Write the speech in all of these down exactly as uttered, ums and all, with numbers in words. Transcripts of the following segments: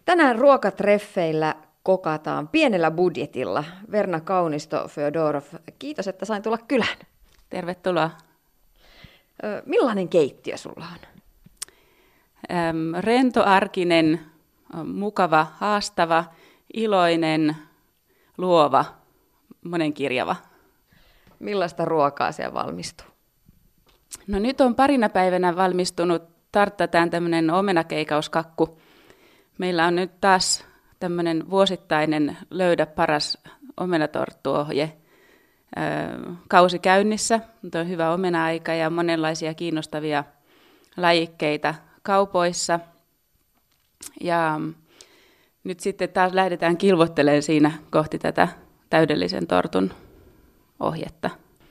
Tänään ruokatreffeillä kokataan pienellä budjetilla. Verna Kaunisto-Fyodorov, kiitos, että sain tulla kylään. Tervetuloa. Ö, millainen keittiö sulla on? Öm, rento, arkinen, mukava, haastava, iloinen, luova, monenkirjava. Millaista ruokaa siellä valmistuu? No nyt on parina päivänä valmistunut tarttataan tämmöinen omenakeikauskakku. Meillä on nyt taas tämmöinen vuosittainen Löydä paras omenatorttuohje kausi käynnissä. Nyt on hyvä omena-aika ja monenlaisia kiinnostavia lajikkeita kaupoissa. Ja nyt sitten taas lähdetään kilvoittelemaan siinä kohti tätä täydellisen tortun ohjetta.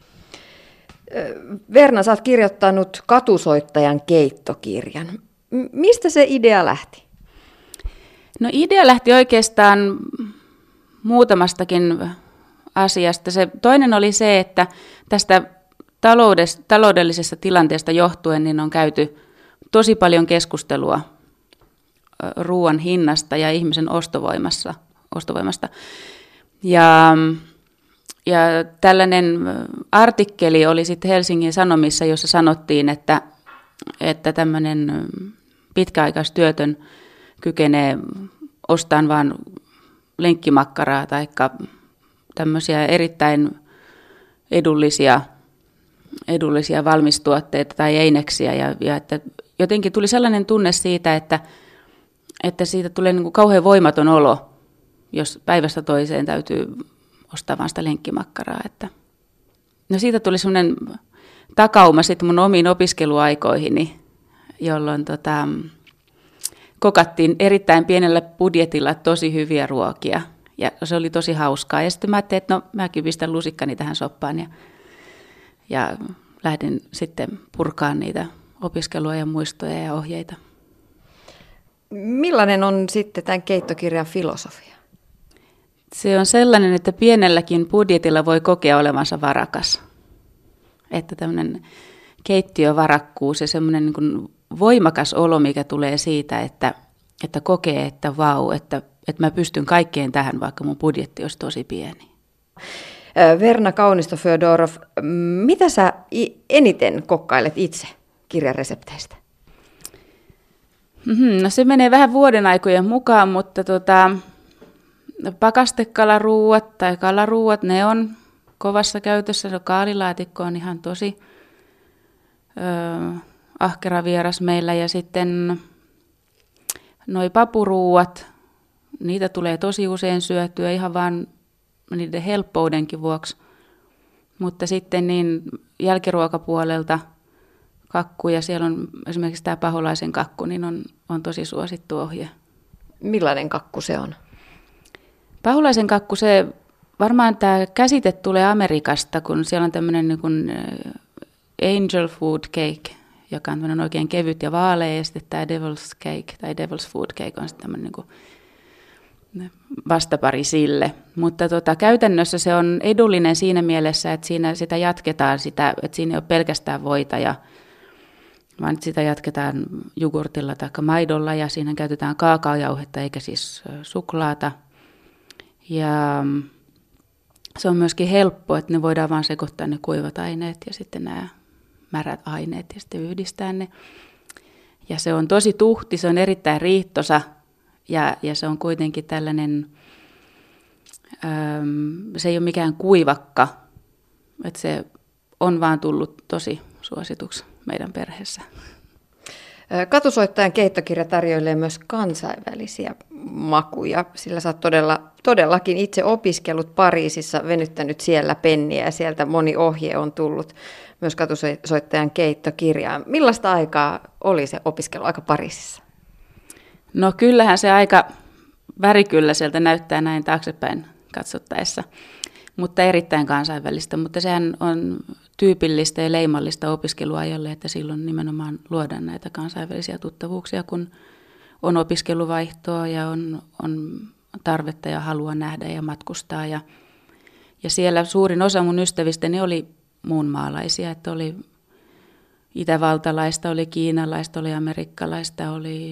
Verna, sä oot kirjoittanut Katusoittajan keittokirjan. M- mistä se idea lähti? No idea lähti oikeastaan muutamastakin asiasta. Se toinen oli se, että tästä taloudellisesta tilanteesta johtuen niin on käyty tosi paljon keskustelua ruoan hinnasta ja ihmisen ostovoimassa, ostovoimasta. Ja, ja tällainen artikkeli oli sitten Helsingin Sanomissa, jossa sanottiin, että, että tämmöinen pitkäaikaistyötön kykenee ostamaan vain lenkkimakkaraa tai tämmöisiä erittäin edullisia, edullisia valmistuotteita tai eineksiä. Ja, ja että jotenkin tuli sellainen tunne siitä, että, että siitä tulee niin kuin kauhean voimaton olo, jos päivästä toiseen täytyy ostaa vain sitä lenkkimakkaraa. Että. No siitä tuli sellainen takauma sitten mun omiin opiskeluaikoihini, jolloin tota, kokattiin erittäin pienellä budjetilla tosi hyviä ruokia. Ja se oli tosi hauskaa. Ja sitten mä ajattelin, että no mäkin pistän lusikkani tähän soppaan. Ja, ja lähdin sitten purkaan niitä opiskelua ja muistoja ja ohjeita. Millainen on sitten tämän keittokirjan filosofia? Se on sellainen, että pienelläkin budjetilla voi kokea olevansa varakas. Että tämmöinen keittiövarakkuus ja semmoinen niin kuin voimakas olo, mikä tulee siitä, että, että kokee, että vau, että, että mä pystyn kaikkeen tähän, vaikka mun budjetti olisi tosi pieni. Verna Kaunisto-Fyodorov, mitä sä eniten kokkailet itse kirjaresepteistä? Mm-hmm, no se menee vähän vuoden aikojen mukaan, mutta tota, pakastekalaruuat tai kalaruuat, ne on kovassa käytössä. Se kaalilaatikko on ihan tosi öö, ahkera vieras meillä. Ja sitten noi papuruuat, niitä tulee tosi usein syötyä ihan vaan niiden helppoudenkin vuoksi. Mutta sitten niin jälkiruokapuolelta kakku, ja siellä on esimerkiksi tämä paholaisen kakku, niin on, on tosi suosittu ohje. Millainen kakku se on? Paholaisen kakku, se varmaan tämä käsite tulee Amerikasta, kun siellä on tämmöinen niin kuin angel food cake, joka on tämmöinen oikein kevyt ja vaalea, ja sitten tämä devil's cake tai devil's food cake on sitten tämmöinen niin kuin vastapari sille. Mutta tota, käytännössä se on edullinen siinä mielessä, että siinä sitä jatketaan, sitä, että siinä ei ole pelkästään voita, ja, vaan sitä jatketaan jogurtilla tai maidolla, ja siinä käytetään kaakaojauhetta eikä siis suklaata. Ja se on myöskin helppo, että ne voidaan vaan sekoittaa ne kuivat aineet ja sitten nämä märät aineet ja sitten yhdistää ne. Ja se on tosi tuhti, se on erittäin riittosa ja, ja se on kuitenkin tällainen, äm, se ei ole mikään kuivakka, että se on vaan tullut tosi suosituksi meidän perheessä. Katusoittajan keittokirja tarjoilee myös kansainvälisiä makuja, sillä sä oot todella, todellakin itse opiskellut Pariisissa, venyttänyt siellä penniä ja sieltä moni ohje on tullut myös Katusoittajan keittokirjaan. Millaista aikaa oli se opiskeluaika Pariisissa? No kyllähän se aika värikylläiseltä näyttää näin taaksepäin katsottaessa, mutta erittäin kansainvälistä, mutta sehän on tyypillistä ja leimallista opiskeluajalle, että silloin nimenomaan luodaan näitä kansainvälisiä tuttavuuksia, kun on opiskeluvaihtoa ja on, on tarvetta ja halua nähdä ja matkustaa. Ja, ja siellä suurin osa mun ystävistäni oli muunmaalaisia, että oli itävaltalaista, oli kiinalaista, oli amerikkalaista, oli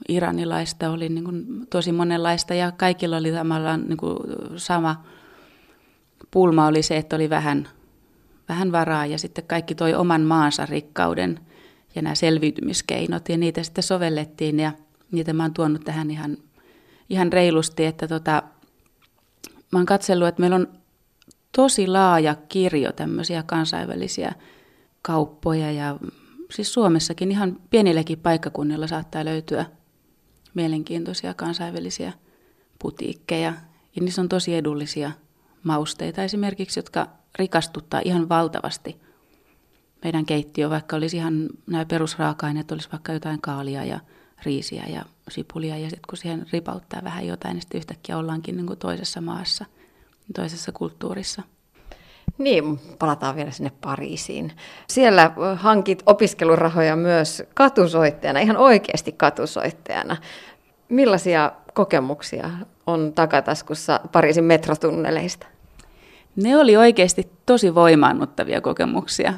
iranilaista, oli niin kuin tosi monenlaista ja kaikilla oli tavallaan niin kuin sama pulma oli se, että oli vähän, vähän varaa ja sitten kaikki toi oman maansa rikkauden ja nämä selviytymiskeinot ja niitä sitten sovellettiin ja niitä mä oon tuonut tähän ihan, ihan reilusti, että tota, mä oon katsellut, että meillä on tosi laaja kirjo tämmöisiä kansainvälisiä kauppoja ja siis Suomessakin ihan pienilläkin paikkakunnilla saattaa löytyä mielenkiintoisia kansainvälisiä putiikkeja. Ja niissä on tosi edullisia mausteita esimerkiksi, jotka rikastuttaa ihan valtavasti meidän keittiö, vaikka olisi ihan nämä perusraaka-aineet, olisi vaikka jotain kaalia ja riisiä ja sipulia. Ja sitten kun siihen ripauttaa vähän jotain, niin sitten yhtäkkiä ollaankin niin kuin toisessa maassa, toisessa kulttuurissa. Niin, palataan vielä sinne Pariisiin. Siellä hankit opiskelurahoja myös katusoittajana, ihan oikeasti katusoittajana. Millaisia kokemuksia on takataskussa Pariisin metrotunneleista? Ne oli oikeasti tosi voimaannuttavia kokemuksia.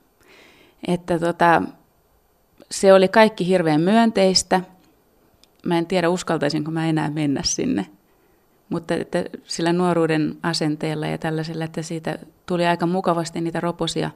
Että tota, se oli kaikki hirveän myönteistä. Mä en tiedä, uskaltaisinko mä enää mennä sinne. Mutta että sillä nuoruuden asenteella ja tällaisella, että siitä tuli aika mukavasti niitä roposia.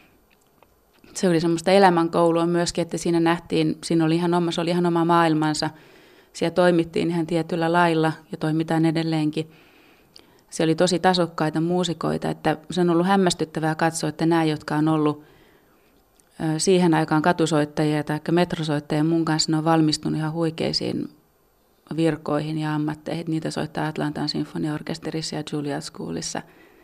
Se oli semmoista elämänkoulua myöskin, että siinä nähtiin, siinä oli ihan oma, se oli ihan oma maailmansa. Siellä toimittiin ihan tietyllä lailla ja toimitaan edelleenkin. Se oli tosi tasokkaita muusikoita, että se on ollut hämmästyttävää katsoa, että nämä, jotka on ollut siihen aikaan katusoittajia tai metrosoittajia mun kanssa, ne on valmistunut ihan huikeisiin virkoihin ja ammatteihin. Niitä soittaa Atlantan sinfoniaorkesterissa ja Juilliard Schoolissa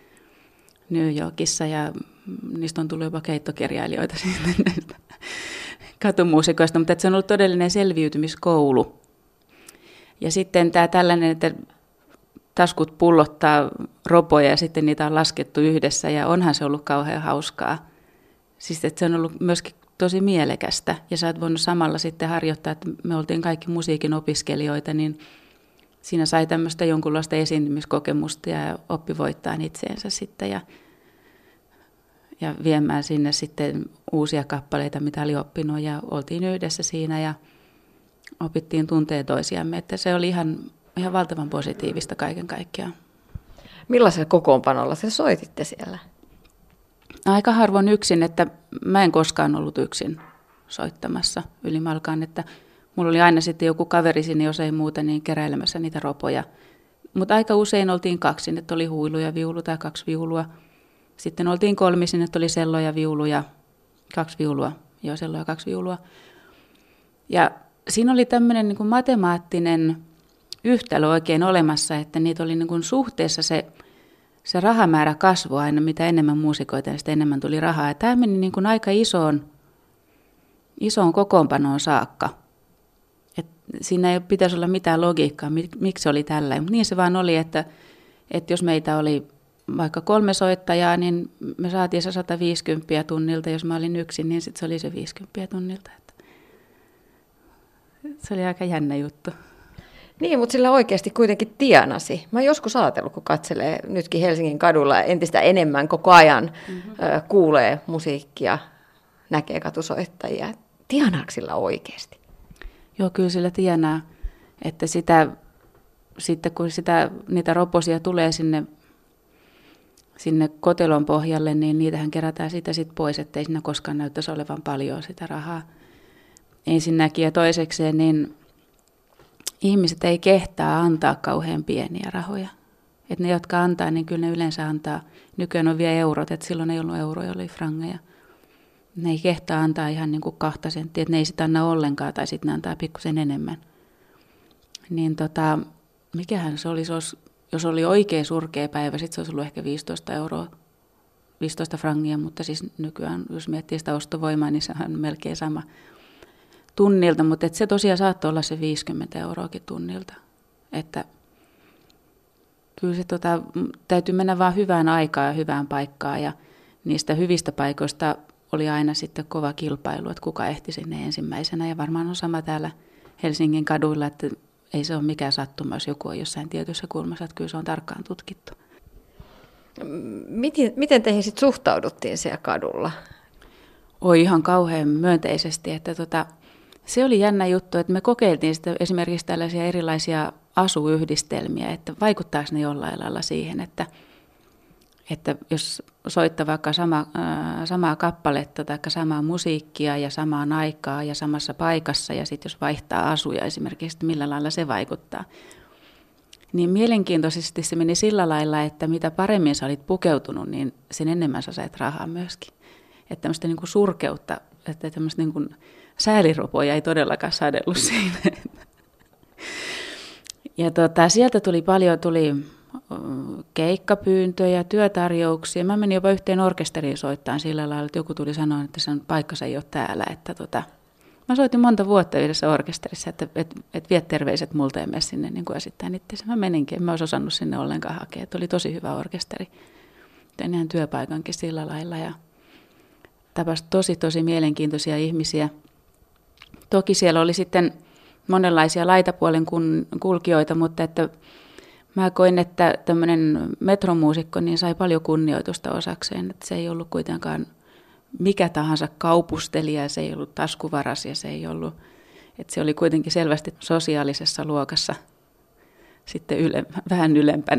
New Yorkissa ja niistä on tullut jopa keittokirjailijoita näistä katumuusikoista, mutta se on ollut todellinen selviytymiskoulu. Ja sitten tämä tällainen, että taskut pullottaa ropoja ja sitten niitä on laskettu yhdessä ja onhan se ollut kauhean hauskaa. Siis että se on ollut myöskin tosi mielekästä ja sä oot voinut samalla sitten harjoittaa, että me oltiin kaikki musiikin opiskelijoita, niin siinä sai tämmöistä jonkunlaista esiintymiskokemusta ja oppi voittaa itseensä sitten ja, ja viemään sinne sitten uusia kappaleita, mitä oli oppinut ja oltiin yhdessä siinä ja opittiin tuntee toisiamme, että se oli ihan, ihan valtavan positiivista kaiken kaikkiaan. Millaisella kokoonpanolla te soititte siellä? Aika harvoin yksin, että mä en koskaan ollut yksin soittamassa ylimalkaan, että mulla oli aina sitten joku kaveri sinne, jos ei muuta, niin keräilemässä niitä ropoja. Mutta aika usein oltiin kaksin, että oli huilu ja viulu tai kaksi viulua. Sitten oltiin kolmisin, että oli sello ja viulu ja kaksi viulua. Joo, sello ja kaksi viulua. Ja siinä oli tämmöinen niin kuin matemaattinen yhtälö oikein olemassa, että niitä oli niin kuin suhteessa se, se rahamäärä kasvoi aina, mitä enemmän muusikoita, niin sitä enemmän tuli rahaa. Ja tämä meni niin kuin aika isoon, isoon kokoonpanoon saakka. Et siinä ei pitäisi olla mitään logiikkaa, miksi se oli tällä. Mutta niin se vaan oli, että, että jos meitä oli vaikka kolme soittajaa, niin me saatiin se sata viisikymmentä tunnilta. Jos mä olin yksin, niin sit se oli se viisikymmentä tunnilta. Se oli aika jännä juttu. Niin, mutta sillä oikeasti kuitenkin tienasi. Mä oon joskus ajatellut, kun katselee nytkin Helsingin kadulla entistä enemmän koko ajan, mm-hmm. ö, kuulee musiikkia, näkee katusoittajia. Tienaako sillä oikeasti? Joo, kyllä sillä tienaa, että sitä, sitten kun sitä, niitä roposia tulee sinne, sinne kotelon pohjalle, niin niitähän kerätään sitä sit pois, ettei siinä koskaan näyttäisi olevan paljon sitä rahaa. Ensinnäkin ja toisekseen, niin ihmiset ei kehtaa antaa kauhean pieniä rahoja. Et ne, jotka antaa, niin kyllä ne yleensä antaa. Nykyään on vielä eurot, että silloin ei ollut euroja, oli frangeja. Ne ei kehtaa antaa ihan niin kuin kahta senttiä, että ne ei sitä anna ollenkaan tai sitten ne antaa pikkusen enemmän. Niin tota, mikähän se olisi, jos oli oikein surkea päivä, sitten se olisi ollut ehkä viisitoista euroa, viisitoista frangia, mutta siis nykyään, jos miettii sitä ostovoimaa, niin se on melkein sama tunnilta, mutta se tosiaan saattoi olla se viisikymmentä euroakin tunnilta. Että kyllä se tota, täytyy mennä vaan hyvään aikaan ja hyvään paikkaan ja niistä hyvistä paikoista oli aina sitten kova kilpailu, että kuka ehti sinne ensimmäisenä ja varmaan on sama täällä Helsingin kaduilla, että ei se ole mikään sattuma, jos joku on jossain tietyssä kulmassa, että kyllä se on tarkkaan tutkittu. Miten, miten teihin sitten suhtauduttiin siellä kadulla? Oi ihan kauhean myönteisesti, että tota, Se oli jännä juttu, että me kokeiltiin sitä esimerkiksi tällaisia erilaisia asuyhdistelmiä, että vaikuttaako ne jollain lailla siihen, että, että jos soittaa vaikka sama, äh, samaa kappaletta tai samaa musiikkia ja samaan aikaan ja samassa paikassa ja sitten jos vaihtaa asuja esimerkiksi, että millä lailla se vaikuttaa. Niin mielenkiintoisesti se meni sillä lailla, että mitä paremmin sä olit pukeutunut, niin sen enemmän sä sait rahaa myöskin. Että tämmöistä niin kuin surkeutta, että tämmöistä niin kuin sääliropoja ei todellakaan sadellut siinä. Ja tota, sieltä tuli paljon, tuli keikkapyyntöjä, työtarjouksia. Mä menin jopa yhteen orkesteriin soittamaan sillä lailla, että joku tuli sanoa, että sen paikkansa ei ole täällä. Että tota, mä soitin monta vuotta yhdessä orkesterissa, että et, et vie terveiset multa ja mene sinne niin kuin esittäin itse. Mä meninkin, en mä olisi osannut sinne ollenkaan hakea. Että oli tosi hyvä orkesteri. Tein ihan työpaikankin sillä lailla ja tapasi tosi, tosi mielenkiintoisia ihmisiä. Toki siellä oli sitten monenlaisia laitapuolen kulkijoita, mutta että mä koin, että tämmöinen metromuusikko niin sai paljon kunnioitusta osakseen. Että se ei ollut kuitenkaan mikä tahansa kaupustelija, se ei ollut taskuvaras ja se ei ollut, että se oli kuitenkin selvästi sosiaalisessa luokassa sitten yle, vähän ylempänä.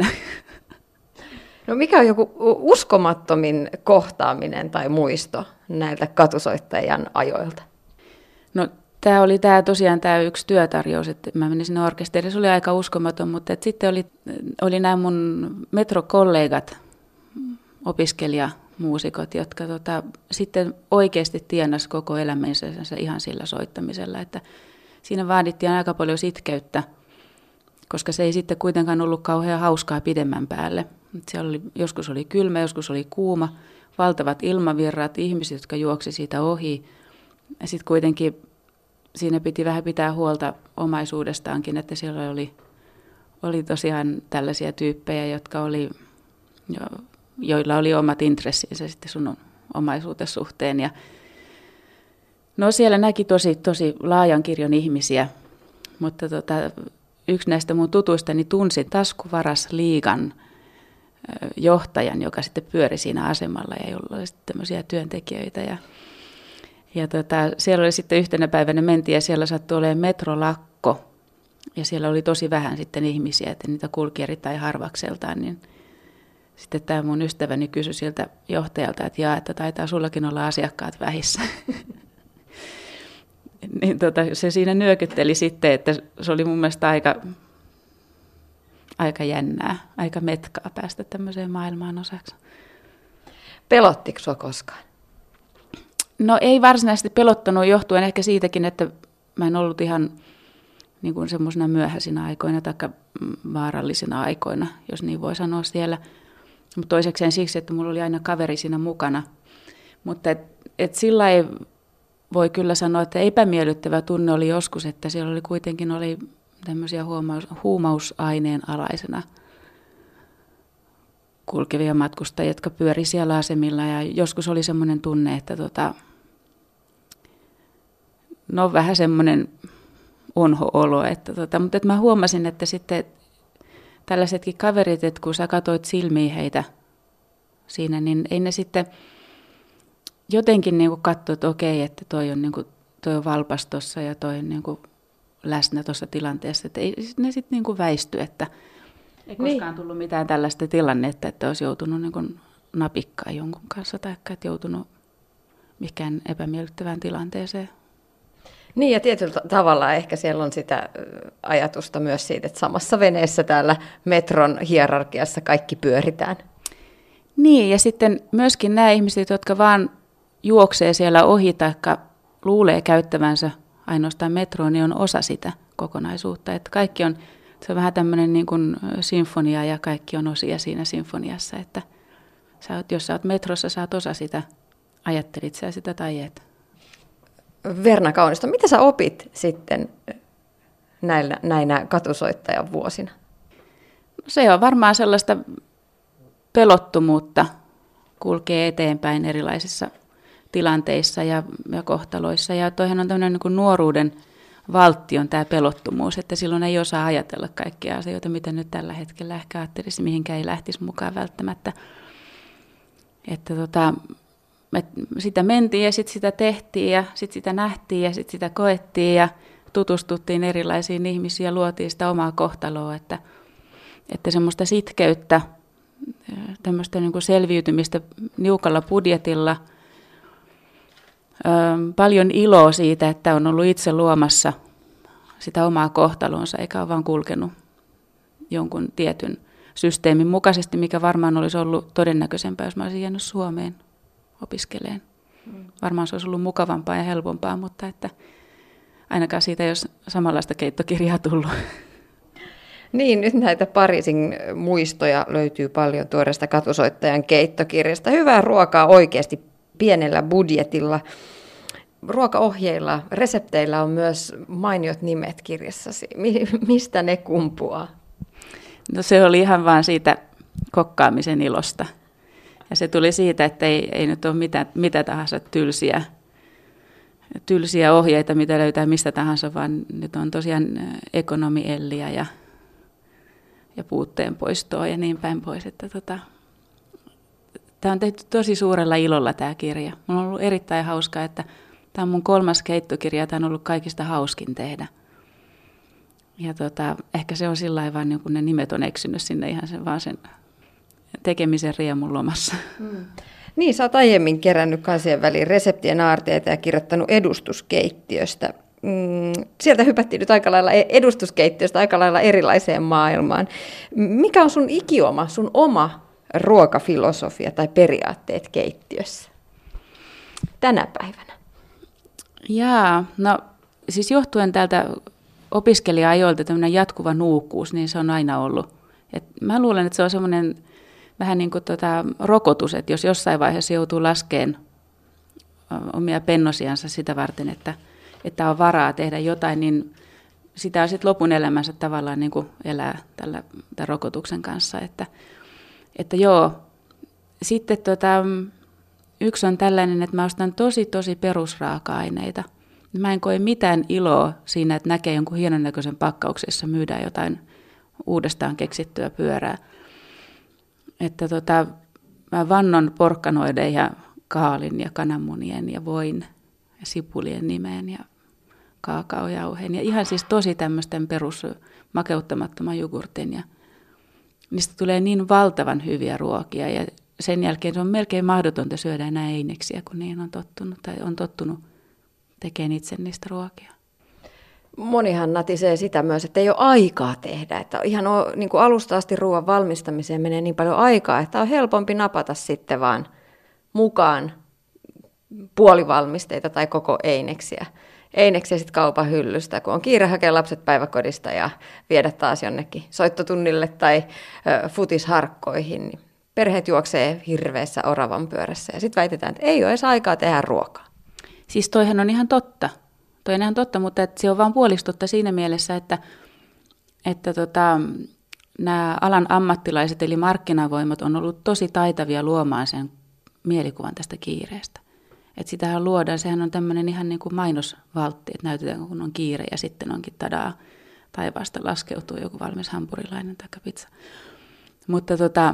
No mikä on joku uskomattomin kohtaaminen tai muisto näiltä katusoittajan ajoilta? No tämä oli tämä, tosiaan tämä yksi työtarjous, että mä menin sinne orkesteriin, se oli aika uskomaton, mutta että sitten oli, oli nämä mun metrokollegat, opiskelijamuusikot, jotka tota, sitten oikeasti tienasi koko elämänsä ihan sillä soittamisella, että siinä vaadittiin aika paljon sitkeyttä, koska se ei sitten kuitenkaan ollut kauhean hauskaa pidemmän päälle. Siellä oli, joskus oli kylmä, joskus oli kuuma, valtavat ilmavirrat, ihmiset, jotka juoksi siitä ohi. Ja sitten kuitenkin siinä piti vähän pitää huolta omaisuudestaankin, että siellä oli, oli tosiaan tällaisia tyyppejä, jotka oli, jo, joilla oli omat intressinsä sitten sun omaisuuden suhteen. Ja no siellä näki tosi, tosi laajan kirjon ihmisiä, mutta tota, yksi näistä mun tutuistani tunsi taskuvarasliigan johtajan, joka sitten pyöri siinä asemalla ja jolla oli sitten tämmöisiä työntekijöitä. Ja, ja tota, siellä oli sitten yhtenä päivänä mentiin ja siellä sattui olemaan metrolakko. Ja siellä oli tosi vähän sitten ihmisiä, että niitä kulki erittäin harvakseltaan. Niin sitten tämä mun ystäväni kysyi siltä johtajalta, että jaa, että taitaa sullakin olla asiakkaat vähissä. Niin tota, se siinä nyökytteli sitten, että se oli mun mielestä aika... aika jännää, aika metkaa päästä tämmöiseen maailmaan osaksi. Pelottiko sua koskaan? No ei varsinaisesti pelottanut, johtuen ehkä siitäkin, että mä en ollut ihan niin kuin semmoisena myöhäisinä aikoina tai vaarallisina aikoina, jos niin voi sanoa siellä. Mutta toisekseen siksi, että mulla oli aina kaveri siinä mukana. Mutta et, et sillä ei voi kyllä sanoa, että epämiellyttävä tunne oli joskus, että siellä oli kuitenkin oli tämmöisiä huumaus, huumausaineen alaisena kulkevia matkustajia, jotka pyöri siellä asemilla. Ja joskus oli semmoinen tunne, että tota, no vähän semmoinen onho-olo. Että tota, mutta että mä huomasin, että sitten tällaisetkin kaverit, että kun sä katsoit silmiin heitä siinä, niin ei ne sitten jotenkin niin kuin katso, että okei, että toi on, niin kuin, toi on valpas tossa ja toi on niin kuin läsnä tuossa tilanteessa, että ei ne sitten niin kuin väisty, että ei koskaan niin tullut mitään tällaista tilannetta, että olisi joutunut niin kuin napikkaan jonkun kanssa tai että joutunut mikään epämiellyttävään tilanteeseen. Niin ja tietyllä tavalla ehkä siellä on sitä ajatusta myös siitä, että samassa veneessä täällä metron hierarkiassa kaikki pyöritään. Niin ja sitten myöskin nämä ihmiset, jotka vaan juoksee siellä ohi tai luulee käyttävänsä ainoastaan metroa, niin on osa sitä kokonaisuutta. Että kaikki on, se on vähän tämmöinen niin kuin sinfonia ja kaikki on osia siinä sinfoniassa. Että sä oot, jos sä oot metrossa, sä oot osa sitä, ajattelit sä sitä tai et. Verna Kaunisto, mitä sä opit sitten näillä, näinä katusoittajan vuosina? Se on varmaan sellaista pelottomuutta kulkee eteenpäin erilaisissa tilanteissa ja, ja kohtaloissa. Ja toihan on tämmöinen niin kuin nuoruuden valtti on tämä pelottomuus, että silloin ei osaa ajatella kaikkia asioita, mitä nyt tällä hetkellä ehkä ajattelisi, mihinkään ei lähtisi mukaan välttämättä. Että tota, me sitä mentiin ja sitten sitä tehtiin ja sitten sitä nähtiin ja sitten sitä koettiin ja tutustuttiin erilaisiin ihmisiin ja luotiin sitä omaa kohtaloa, että, että semmoista sitkeyttä, tämmöistä niin kuin selviytymistä niukalla budjetilla, paljon iloa siitä, että on ollut itse luomassa sitä omaa kohtalonsa, eikä ole vaan kulkenut jonkun tietyn systeemin mukaisesti, mikä varmaan olisi ollut todennäköisempää, jos mä olisin jäänyt Suomeen opiskeleen. Hmm. Varmaan se olisi ollut mukavampaa ja helpompaa, mutta että ainakaan siitä ei olisi samanlaista keittokirjaa tullut. Niin, nyt näitä Pariisin muistoja löytyy paljon tuoreesta Katusoittajan keittokirjasta. Hyvää ruokaa oikeasti pienellä budjetilla. Ruokaohjeilla, resepteillä on myös mainiot nimet kirjassasi. Mistä ne kumpuaa? No se oli ihan vaan siitä kokkaamisen ilosta. Ja se tuli siitä, että ei, ei nyt ole mitä, mitä tahansa tylsiä, tylsiä ohjeita, mitä löytää mistä tahansa, vaan nyt on tosiaan ekonomielliä ja, ja puutteen poistoa ja niin päin pois. Että tota, tämä on tehty tosi suurella ilolla tämä kirja. Minulla on ollut erittäin hauskaa, että tämä on mun kolmas keittokirja, tämä on ollut kaikista hauskin tehdä. Ja tota, ehkä se on sillä lailla vaan, niin kun ne nimet on eksynyt sinne ihan sen, vaan sen tekemisen riemun lomassa. Mm. Niin, sä oot aiemmin kerännyt kansien väliin reseptien aarteita ja kirjoittanut edustuskeittiöstä. Mm, sieltä hypättiin nyt aika lailla edustuskeittiöstä aika lailla erilaiseen maailmaan. Mikä on sun ikioma, sun oma ruokafilosofia tai periaatteet keittiössä tänä päivänä? Jaa, no siis johtuen täältä opiskelija-ajoilta tämmöinen jatkuva nuukkuus, niin se on aina ollut. Et mä luulen, että se on semmoinen vähän niin kuin tota rokotus, että jos jossain vaiheessa joutuu laskeen omia pennosiansa sitä varten, että, että on varaa tehdä jotain, niin sitä on sitten lopun elämänsä tavallaan niin kuin elää tällä, tämän rokotuksen kanssa. Että, että joo, sitten tota, yksi on tällainen, että mä ostan tosi tosi perusraaka-aineita. Mä en koe mitään iloa siinä, että näkee jonkun hienon näköisen pakkauksessa myydään jotain uudestaan keksittyä pyörää. Että tota, mä vannon porkkanoiden ja kaalin ja kananmunien ja voin ja sipulien nimeen ja kaakaojauheen. Ja ihan siis tosi tämmöisten perus makeuttamattoman jogurtin. Ja niistä tulee niin valtavan hyviä ruokia ja sen jälkeen se on melkein mahdotonta syödä enää eineksiä, kun niin on tottunut tai on tottunut tekemään itse niistä ruokia. Monihan natisee sitä myös, että ei ole aikaa tehdä. Että ihan on, niin kuin alusta asti ruoan valmistamiseen menee niin paljon aikaa, että on helpompi napata sitten vaan mukaan puolivalmisteita tai koko eineksiä. Eineksiä sitten kaupan hyllystä, kun on kiire hakea lapset päiväkodista ja viedä taas jonnekin soittotunnille tai ö, futisharkkoihin. Niin perheet juoksee hirveässä oravan pyörässä ja sitten väitetään, että ei ole edes aikaa tehdä ruokaa. Siis toihan on ihan totta. Toi on ihan totta, mutta että se on vaan puolistotta siinä mielessä, että, että tota, nämä alan ammattilaiset eli markkinavoimat on ollut tosi taitavia luomaan sen mielikuvan tästä kiireestä. Että sitähän luodaan, sehän on tämmöinen ihan niin kuin mainosvaltti, että näytetään kun on kiire ja sitten onkin tadaa, taivaasta laskeutuu joku valmis hampurilainen tai pizza. Mutta tota,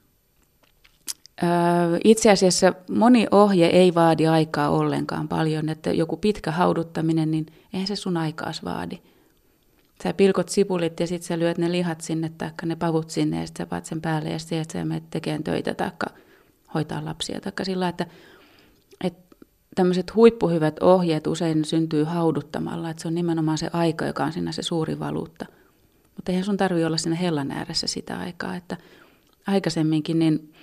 itse asiassa moni ohje ei vaadi aikaa ollenkaan paljon, että joku pitkä hauduttaminen, niin eihän se sun aikaas vaadi. Sä pilkot sipulit ja sitten sä lyöt ne lihat sinne tai ne pavut sinne ja sitten sä paat sen päälle ja sitten sä menet tekemään töitä tai hoitaa lapsia. Tai sillä että, että tämmöiset huippuhyvät ohjeet usein syntyy hauduttamalla, että se on nimenomaan se aika, joka on siinä se suuri valuutta. Mutta eihän sun tarvitse olla siinä hellan ääressä sitä aikaa, että aikaisemminkin niin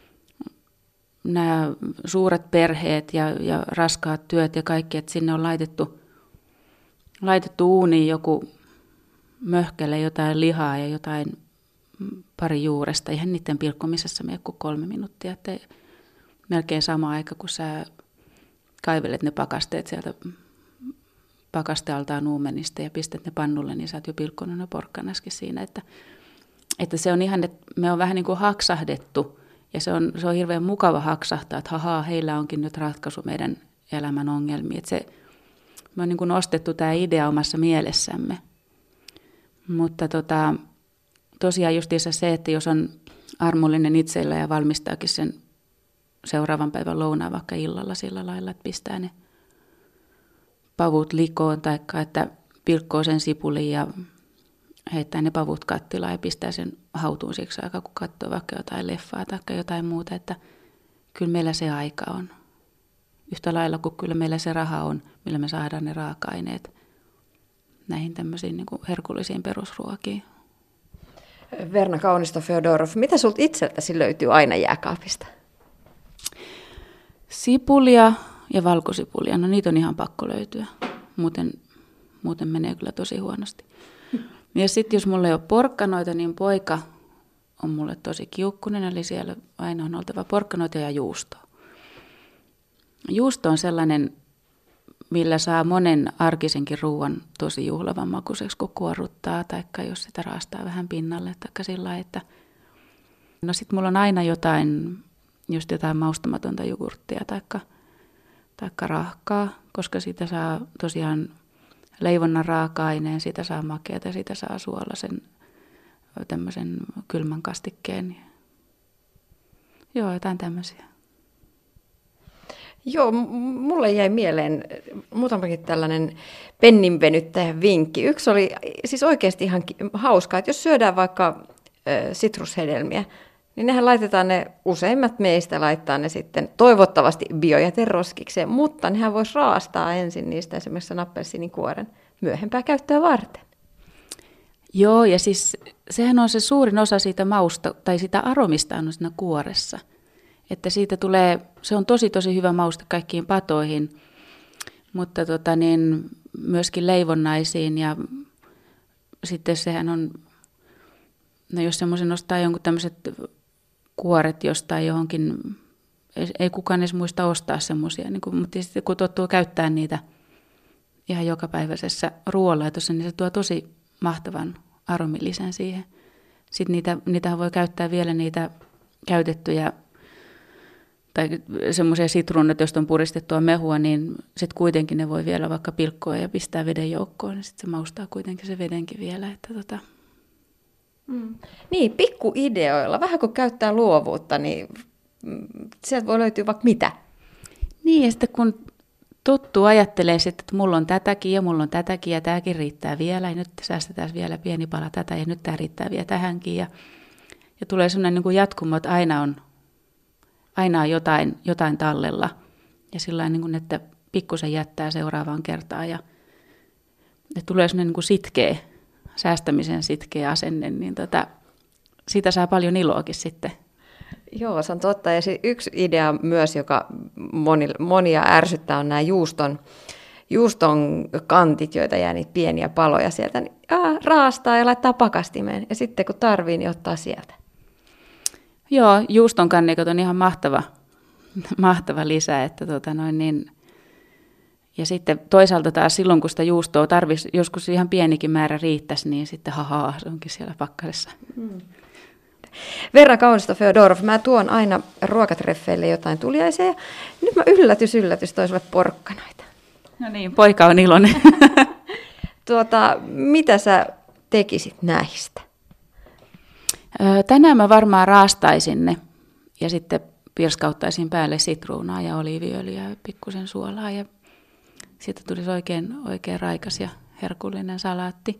nämä suuret perheet ja, ja raskaat työt ja kaikki, että sinne on laitettu, laitettu uuniin joku möhkäle, jotain lihaa ja jotain pari juuresta. Eihän niiden pilkkomisessa mene kuin kolme minuuttia, että melkein sama aika, kun sä kaivelet ne pakasteet sieltä pakastealtaan uumenista ja pistät ne pannulle, niin sä oot jo pilkkonut ne porkkanaskin siinä. Että, että se on ihan, että me on vähän niin kuin haksahdettu. Ja se on, se on hirveän mukava haksahtaa, että hahaa, heillä onkin nyt ratkaisu meidän elämän ongelmiin. Että se, me on niin kuin nostettu tämä idea omassa mielessämme. Mutta tota, tosiaan justiinsa se, että jos on armollinen itsellä ja valmistaakin sen seuraavan päivän lounaan vaikka illalla sillä lailla, että pistää ne pavut likoon, tai että pilkkoo sen sipulin ja heittää ne pavut kattilaan ja pistää sen hautuun siksi aikaa, kun katsoo vaikka jotain leffaa tai jotain muuta, että kyllä meillä se aika on. Yhtä lailla kuin kyllä meillä se raha on, millä me saadaan ne raaka-aineet näihin tämmöisiin niin kuin herkullisiin perusruokiin. Verna Kaunisto-Feodorov, mitä sulta itseltäsi löytyy aina jääkaapista? Sipulia ja valkosipulia, no niitä on ihan pakko löytyä, muuten, muuten menee kyllä tosi huonosti. Ja sitten jos mulla ei ole porkkanoita, niin poika on mulle tosi kiukkunen, eli siellä aina on oltava porkkanoita ja juustoa. Juusto on sellainen, millä saa monen arkisenkin ruoan tosi juhlavan makuiseksi, kun kuoruttaa, tai jos sitä raastaa vähän pinnalle, tai sillä lailla, että no sit mulla on aina jotain, just jotain maustamatonta jogurttia, tai, tai rahkaa, koska siitä saa tosiaan leivonnan raaka-aineen, siitä saa makeata, siitä saa suolaisen tämmöisen kylmän kastikkeen. Joo, jotain tämmöisiä. Joo, mulle jäi mieleen muutamakin tällainen penninvenyttäjän vinkki. Yksi oli siis oikeasti ihan hauskaa, että jos syödään vaikka ö, sitrushedelmiä, niin nehän laitetaan ne, useimmat meistä laittaa ne sitten toivottavasti biojäteroskikseen, mutta nehän voisi raastaa ensin niistä esimerkiksi appelsiinikuoren myöhempää käyttöä varten. Joo, ja siis sehän on se suurin osa siitä mausta, tai sitä aromista on siinä kuoressa. Että siitä tulee, se on tosi tosi hyvä mauste kaikkiin patoihin, mutta tota niin, myöskin leivonnaisiin ja sitten sehän on, no jos semmoisen ostaa jonkun tämmöiset kuoret jostain johonkin, ei, ei kukaan edes muista ostaa semmoisia, niin mutta sitten kun tottuu käyttää niitä ihan jokapäiväisessä ruoanlaitossa, niin se tuo tosi mahtavan aromilisän siihen. Sitten niitä, niitähän voi käyttää vielä niitä käytettyjä tai semmoisia sitruunat, joista on puristettua mehua, niin sitten kuitenkin ne voi vielä vaikka pilkkoa ja pistää veden joukkoon, niin sitten se maustaa kuitenkin se vedenkin vielä. Että tota. mm. Niin, pikkuideoilla, vähän kun käyttää luovuutta, niin sieltä voi löytyä vaikka mitä. Niin, ja sitten kun tottuu ajattelee sitten, että mulla on tätäkin ja mulla on tätäkin ja tämäkin riittää vielä, ja nyt säästetään vielä pieni pala tätä ja nyt tämä riittää vielä tähänkin. Ja, ja tulee sellainen niin kuin jatkumo, että aina on Aina on jotain, jotain tallella ja sillä niin kuin, että pikkusen jättää seuraavaan kertaan ja että tulee sellainen niin kuin sitkeä, säästämisen sitkeä asenne, niin tota, siitä saa paljon iloakin sitten. Joo, se on totta. Ja yksi idea myös, joka moni, monia ärsyttää, on nämä juuston, juuston kantit, joita jää niitä pieniä paloja sieltä. Niin, aa, raastaa ja laittaa pakastimeen ja sitten kun tarvii, niin ottaa sieltä. Joo, juuston kannikot on ihan mahtava, mahtava lisä, että tota noin niin. Ja sitten toisaalta taas silloin, kun sitä juustoa tarvitsisi, joskus ihan pienikin määrä riittäisi, niin sitten hahaa, se onkin siellä pakkasessa. Mm. Verna Kaunisto-Feodorov, mä tuon aina ruokatreffeille jotain tuliaisia ja nyt mä yllätys, yllätys toi sulle porkkanoita. No niin, poika on iloinen. tuota, mitä sä tekisit näistä? Tänään mä varmaan raastaisin ne ja sitten pirskauttaisin päälle sitruunaa ja oliiviöljyä ja pikkusen suolaa ja siitä tulisi oikein, oikein raikas ja herkullinen salaatti,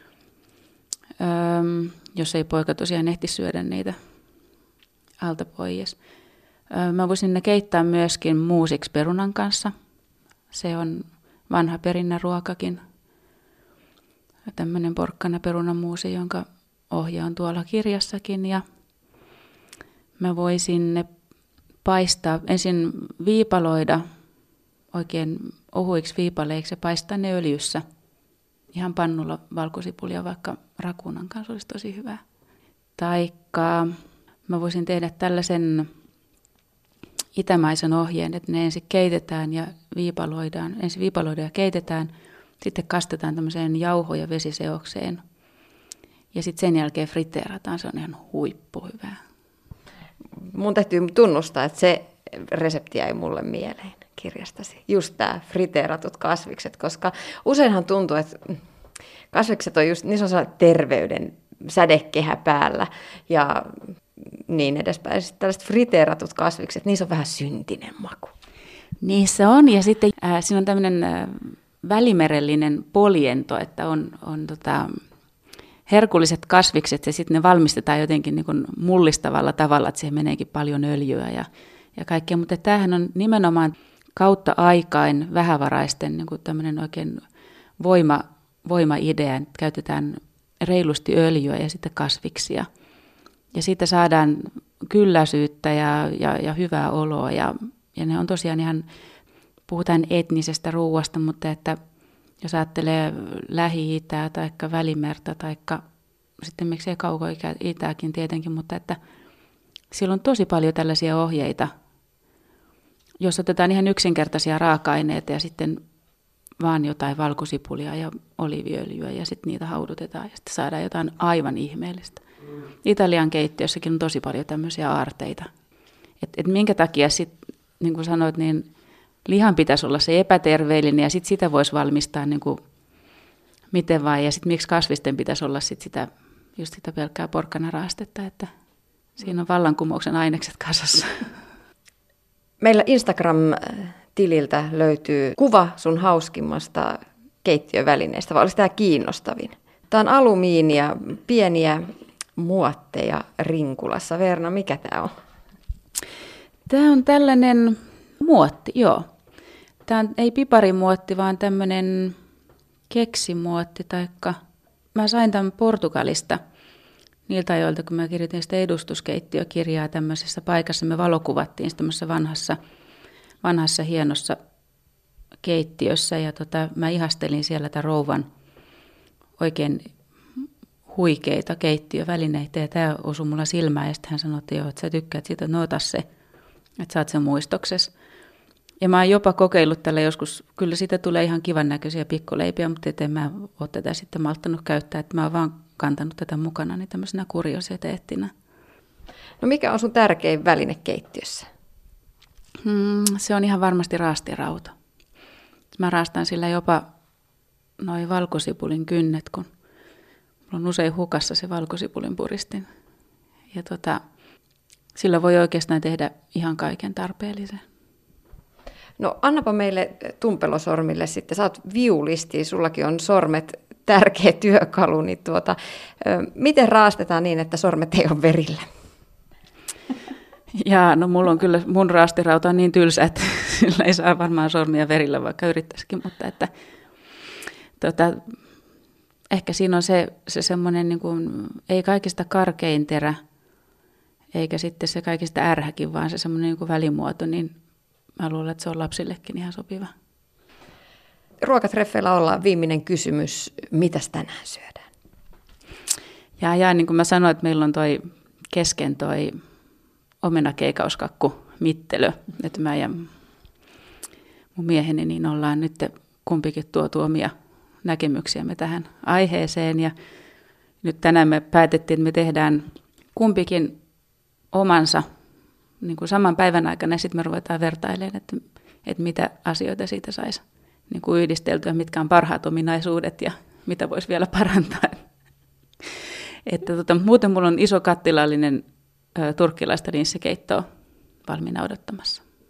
öö, jos ei poika tosiaan ehti syödä niitä alta pois. Öö, mä voisin ne keittää myöskin muusiksi perunan kanssa. Se on vanha perinnäruokakin, tämmöinen porkkana perunamuusi, jonka ohje on tuolla kirjassakin ja mä voisin ne paistaa, ensin viipaloida oikein ohuiksi viipaleiksi ja paistaa ne öljyssä. Ihan pannulla valkosipulia vaikka rakunan kanssa olisi tosi hyvä. Taikka mä voisin tehdä tällaisen itämaisen ohjeen, että ne ensin keitetään ja viipaloidaan, ensin viipaloidaan ja keitetään, sitten kastetaan tämmöiseen jauho- ja vesiseokseen. Ja sitten sen jälkeen friteerataan, se on ihan huippuhyvää. Mun täytyy tunnustaa, että se resepti jäi mulle mieleen kirjastasi. Just tämä friteeratut kasvikset, koska useinhan tuntuu, että kasvikset on just, niissä on terveyden sädekehä päällä. Ja niin edespäin. Sitten tällaiset friteeratut kasvikset, niissä on vähän syntinen maku. Niissä on, ja sitten äh, siinä on tämmöinen äh, välimerellinen poliento, että on, on tota, herkulliset kasvikset, ja sitten ne valmistetaan jotenkin niin kuin mullistavalla tavalla, että siihen meneekin paljon öljyä ja, ja kaikkea. Mutta tämähän on nimenomaan kautta aikain vähävaraisten niin kuin tämmöinen oikein voima, voimaidea, että käytetään reilusti öljyä ja sitten kasviksia. Ja siitä saadaan kylläisyyttä ja, ja, ja hyvää oloa. Ja, ja ne on tosiaan ihan, puhutaan etnisestä ruuasta, mutta että jos ajattelee Lähi-Itää tai Välimerta tai sitten miksei Kauko-Itääkin tietenkin, mutta että siellä on tosi paljon tällaisia ohjeita, jos otetaan ihan yksinkertaisia raaka-aineita ja sitten vaan jotain valkosipulia ja oliiviöljyä ja sitten niitä haudutetaan ja sitten saadaan jotain aivan ihmeellistä. Italian keittiössäkin on tosi paljon tämmöisiä aarteita. Että et minkä takia sitten, niin kuin sanoit, niin lihan pitäisi olla se epäterveellinen ja sitten sitä voisi valmistaa niin kuin miten vaan. Ja sitten miksi kasvisten pitäisi olla sit sitä, just sitä pelkkää porkkanaraastetta, että siinä on vallankumouksen ainekset kasassa. Meillä Instagram-tililtä löytyy kuva sun hauskimmasta keittiövälineestä, vai olisi tämä kiinnostavin? Tämä on alumiinia, pieniä muotteja rinkulassa. Verna, mikä tämä on? Tämä on tällainen muotti, joo. Tämä on, ei piparimuotti, vaan tämmöinen keksimuotti. Taikka mä sain tämän Portugalista niiltä ajoilta, kun mä kirjoitin sitä edustuskeittiökirjaa tämmöisessä paikassa. Me valokuvattiin tämmöisessä vanhassa, vanhassa hienossa keittiössä. Ja tota, mä ihastelin siellä tämän rouvan oikein huikeita keittiövälineitä. Ja tämä osui mulla silmään ja sitten hän sanoi, että joo, että sä tykkäät siitä, no ota se, että saat sen muistoksesi. Ja mä oon jopa kokeillut tällä joskus, kyllä siitä tulee ihan kivan näköisiä pikkuleipiä, mutta en mä ole tätä sitten malttanut käyttää, että mä oon vaan kantanut tätä mukana niin tämmöisenä kuriositeettina. No mikä on sun tärkein väline keittiössä? Hmm, se on ihan varmasti raastirauta. Mä raastan sillä jopa noin valkosipulin kynnet, kun mulla on usein hukassa se valkosipulin puristin. Ja tota, sillä voi oikeastaan tehdä ihan kaiken tarpeellisen. No annapa meille tumpelosormille sitten, sä oot viulisti, sullakin on sormet tärkeä työkalu, niin tuota, miten raastetaan niin, että sormet ei ole verillä? Jaa, no mulla on kyllä, mun raastirauta on niin tylsä, että sillä ei saa varmaan sormia verillä, vaikka yrittäisikin, mutta että tota, ehkä siinä on se, se semmoinen, niin kuin, ei kaikista karkein terä, eikä sitten se kaikista ärhäkin, vaan se semmoinen niin kuin välimuoto, niin mä luulen, että se on lapsillekin ihan sopiva. Ruokatreffeillä ollaan. Viimeinen kysymys. Mitäs tänään syödään? Ja, ja niin kuin mä sanoin, että meillä on toi kesken toi omenakeikauskakku mittelö. Että mä ja mun mieheni niin ollaan nyt kumpikin tuotu omia näkemyksiämme tähän aiheeseen. Ja nyt tänään me päätettiin, että me tehdään kumpikin omansa niin kuin saman päivän aikana, ja sitten me ruvetaan vertailemaan, että, että mitä asioita siitä saisi niin kuin yhdisteltyä, mitkä on parhaat ominaisuudet ja mitä voisi vielä parantaa. Että tota, muuten mulla on iso kattilallinen ä, turkkilaista linssikeittoa valmiina odottamassa.